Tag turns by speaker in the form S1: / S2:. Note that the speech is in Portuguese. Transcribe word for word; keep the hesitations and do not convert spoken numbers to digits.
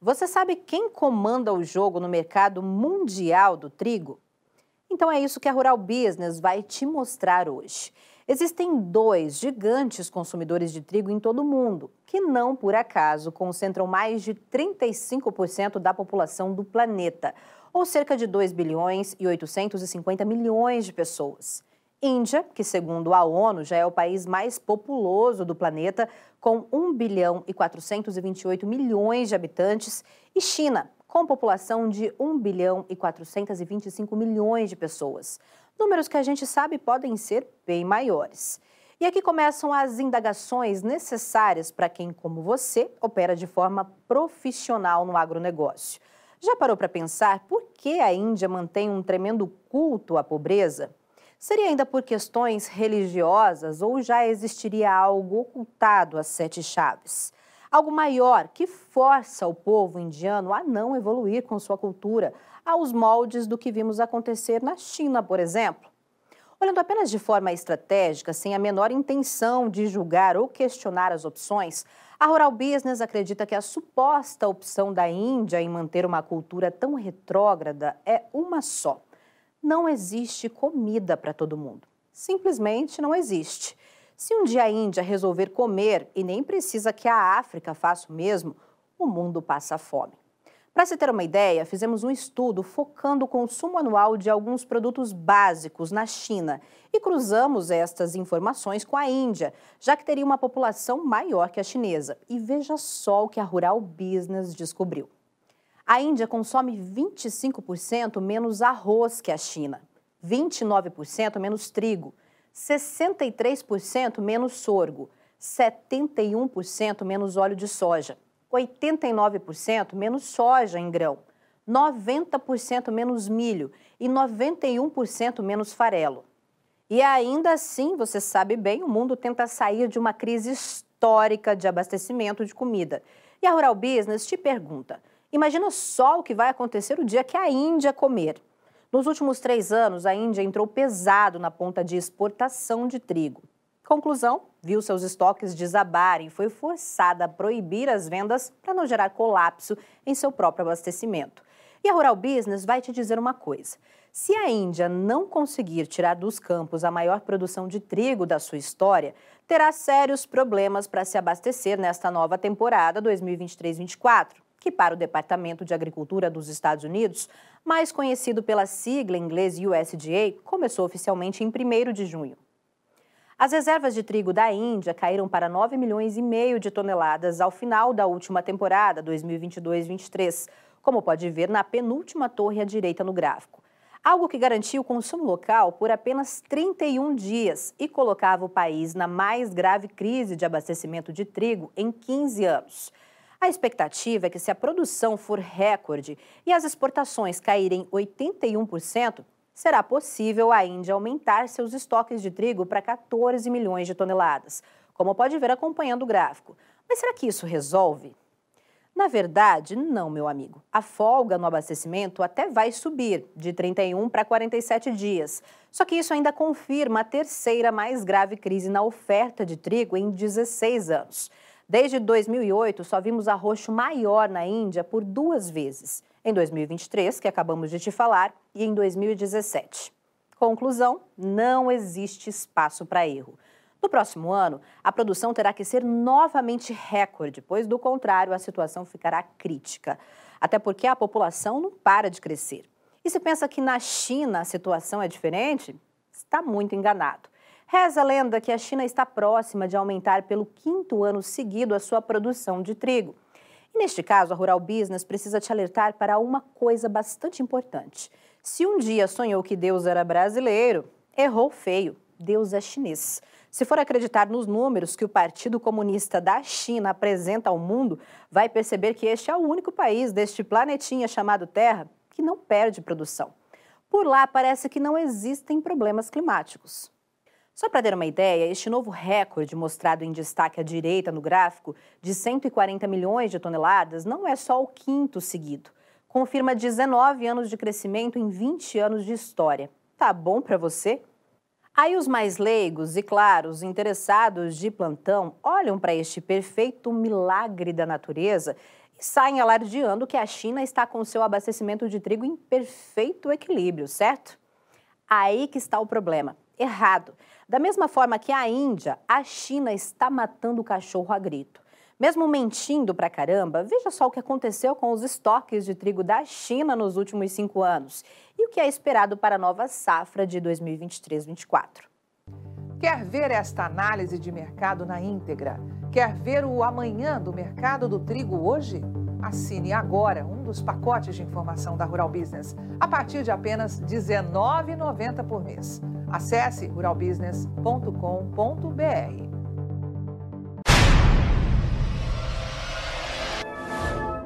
S1: Você sabe quem comanda o jogo no mercado mundial do trigo? Então é isso que a Rural Business vai te mostrar hoje. Existem dois gigantes consumidores de trigo em todo o mundo, que não por acaso concentram mais de trinta e cinco por cento da população do planeta, ou cerca de dois bilhões e oitocentos e cinquenta milhões de pessoas. Índia, que segundo a ONU já é o país mais populoso do planeta, com um bilhão e quatrocentos e vinte e oito milhões de habitantes, e China, com população de um bilhão e quatrocentos e vinte e cinco milhões de pessoas. Números que a gente sabe podem ser bem maiores. E aqui começam as indagações necessárias para quem, como você, opera de forma profissional no agronegócio. Já parou para pensar por que a Índia mantém um tremendo culto à pobreza? Seria ainda por questões religiosas ou já existiria algo ocultado às sete chaves? Algo maior que força o povo indiano a não evoluir com sua cultura aos moldes do que vimos acontecer na China, por exemplo? Olhando apenas de forma estratégica, sem a menor intenção de julgar ou questionar as opções, a Rural Business acredita que a suposta opção da Índia em manter uma cultura tão retrógrada é uma só. Não existe comida para todo mundo. Simplesmente não existe. Se um dia a Índia resolver comer, e nem precisa que a África faça o mesmo, o mundo passa fome. Para se ter uma ideia, fizemos um estudo focando o consumo anual de alguns produtos básicos na China e cruzamos estas informações com a Índia, já que teria uma população maior que a chinesa. E veja só o que a Rural Business descobriu. A Índia consome vinte e cinco por cento menos arroz que a China, vinte e nove por cento menos trigo, sessenta e três por cento menos sorgo, setenta e um por cento menos óleo de soja, oitenta e nove por cento menos soja em grão, noventa por cento menos milho e noventa e um por cento menos farelo. E ainda assim, você sabe bem, o mundo tenta sair de uma crise histórica de abastecimento de comida. E a Rural Business te pergunta: imagina só o que vai acontecer o dia que a Índia comer. Nos últimos três anos, a Índia entrou pesado na ponta de exportação de trigo. Conclusão, viu seus estoques desabarem e foi forçada a proibir as vendas para não gerar colapso em seu próprio abastecimento. E a Rural Business vai te dizer uma coisa: se a Índia não conseguir tirar dos campos a maior produção de trigo da sua história, terá sérios problemas para se abastecer nesta nova temporada dois mil e vinte e três vinte e quatro. Que para o Departamento de Agricultura dos Estados Unidos, mais conhecido pela sigla em inglês U S D A, começou oficialmente em primeiro de junho. As reservas de trigo da Índia caíram para nove milhões e meio de toneladas ao final da última temporada, dois mil e vinte e dois vinte e três, como pode ver na penúltima torre à direita no gráfico. Algo que garantia o consumo local por apenas trinta e um dias e colocava o país na mais grave crise de abastecimento de trigo em quinze anos. A expectativa é que, se a produção for recorde e as exportações caírem oitenta e um por cento, será possível a Índia aumentar seus estoques de trigo para quatorze milhões de toneladas, como pode ver acompanhando o gráfico. Mas será que isso resolve? Na verdade, não, meu amigo. A folga no abastecimento até vai subir, de trinta e um para quarenta e sete dias. Só que isso ainda confirma a terceira mais grave crise na oferta de trigo em dezesseis anos. Desde dois mil e oito, só vimos arroxo maior na Índia por duas vezes. Em dois mil e vinte e três, que acabamos de te falar, e em dois mil e dezessete. Conclusão, não existe espaço para erro. No próximo ano, a produção terá que ser novamente recorde, pois, do contrário, a situação ficará crítica. Até porque a população não para de crescer. E se pensa que na China a situação é diferente, está muito enganado. Reza a lenda que a China está próxima de aumentar pelo quinto ano seguido a sua produção de trigo. E neste caso, a Rural Business precisa te alertar para uma coisa bastante importante. Se um dia sonhou que Deus era brasileiro, errou feio. Deus é chinês. Se for acreditar nos números que o Partido Comunista da China apresenta ao mundo, vai perceber que este é o único país deste planetinha chamado Terra que não perde produção. Por lá, parece que não existem problemas climáticos. Só para ter uma ideia, este novo recorde mostrado em destaque à direita no gráfico, de cento e quarenta milhões de toneladas, não é só o quinto seguido. Confirma dezenove anos de crescimento em vinte anos de história. Tá bom para você? Aí os mais leigos e, claro, os interessados de plantão olham para este perfeito milagre da natureza e saem alardeando que a China está com seu abastecimento de trigo em perfeito equilíbrio, certo? Aí que está o problema. Errado. Da mesma forma que a Índia, a China está matando o cachorro a grito. Mesmo mentindo pra caramba, veja só o que aconteceu com os estoques de trigo da China nos últimos cinco anos e o que é esperado para a nova safra de dois mil e vinte e três, vinte e quatro.
S2: Quer ver esta análise de mercado na íntegra? Quer ver o amanhã do mercado do trigo hoje? Assine agora um dos pacotes de informação da Rural Business a partir de apenas dezenove reais e noventa centavos por mês. Acesse rural business ponto com ponto br.